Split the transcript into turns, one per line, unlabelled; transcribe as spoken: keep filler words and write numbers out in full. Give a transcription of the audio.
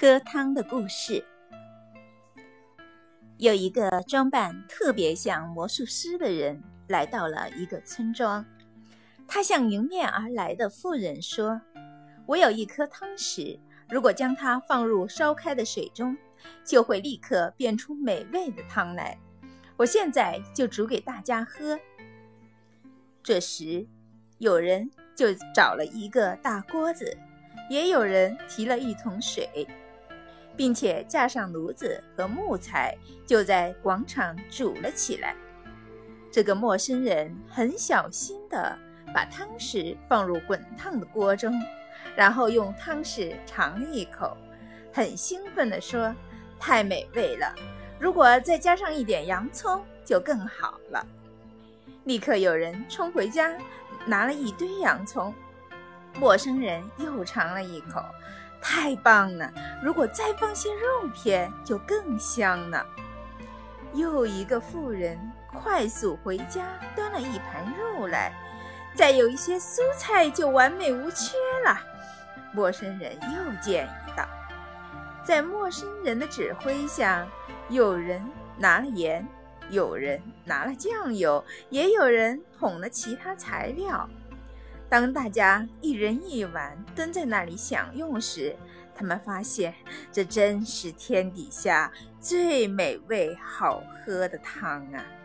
喝汤的故事。有一个装扮特别像魔术师的人来到了一个村庄，他向迎面而来的妇人说：我有一颗汤匙，如果将它放入烧开的水中，就会立刻变出美味的汤来，我现在就煮给大家喝。这时有人就找了一个大锅子，也有人提了一桶水，并且架上炉子和木材，就在广场煮了起来。这个陌生人很小心地把汤匙放入滚烫的锅中，然后用汤匙尝了一口，很兴奋地说：太美味了，如果再加上一点洋葱就更好了。立刻有人冲回家拿了一堆洋葱，陌生人又尝了一口，太棒了，如果再放些肉片就更香了。又一个妇人快速回家端了一盘肉来，再有一些蔬菜就完美无缺了。陌生人又建议道。在陌生人的指挥下，有人拿了盐，有人拿了酱油，也有人捧了其他材料。当大家一人一碗蹲在那里享用时，他们发现这真是天底下最美味好喝的汤啊！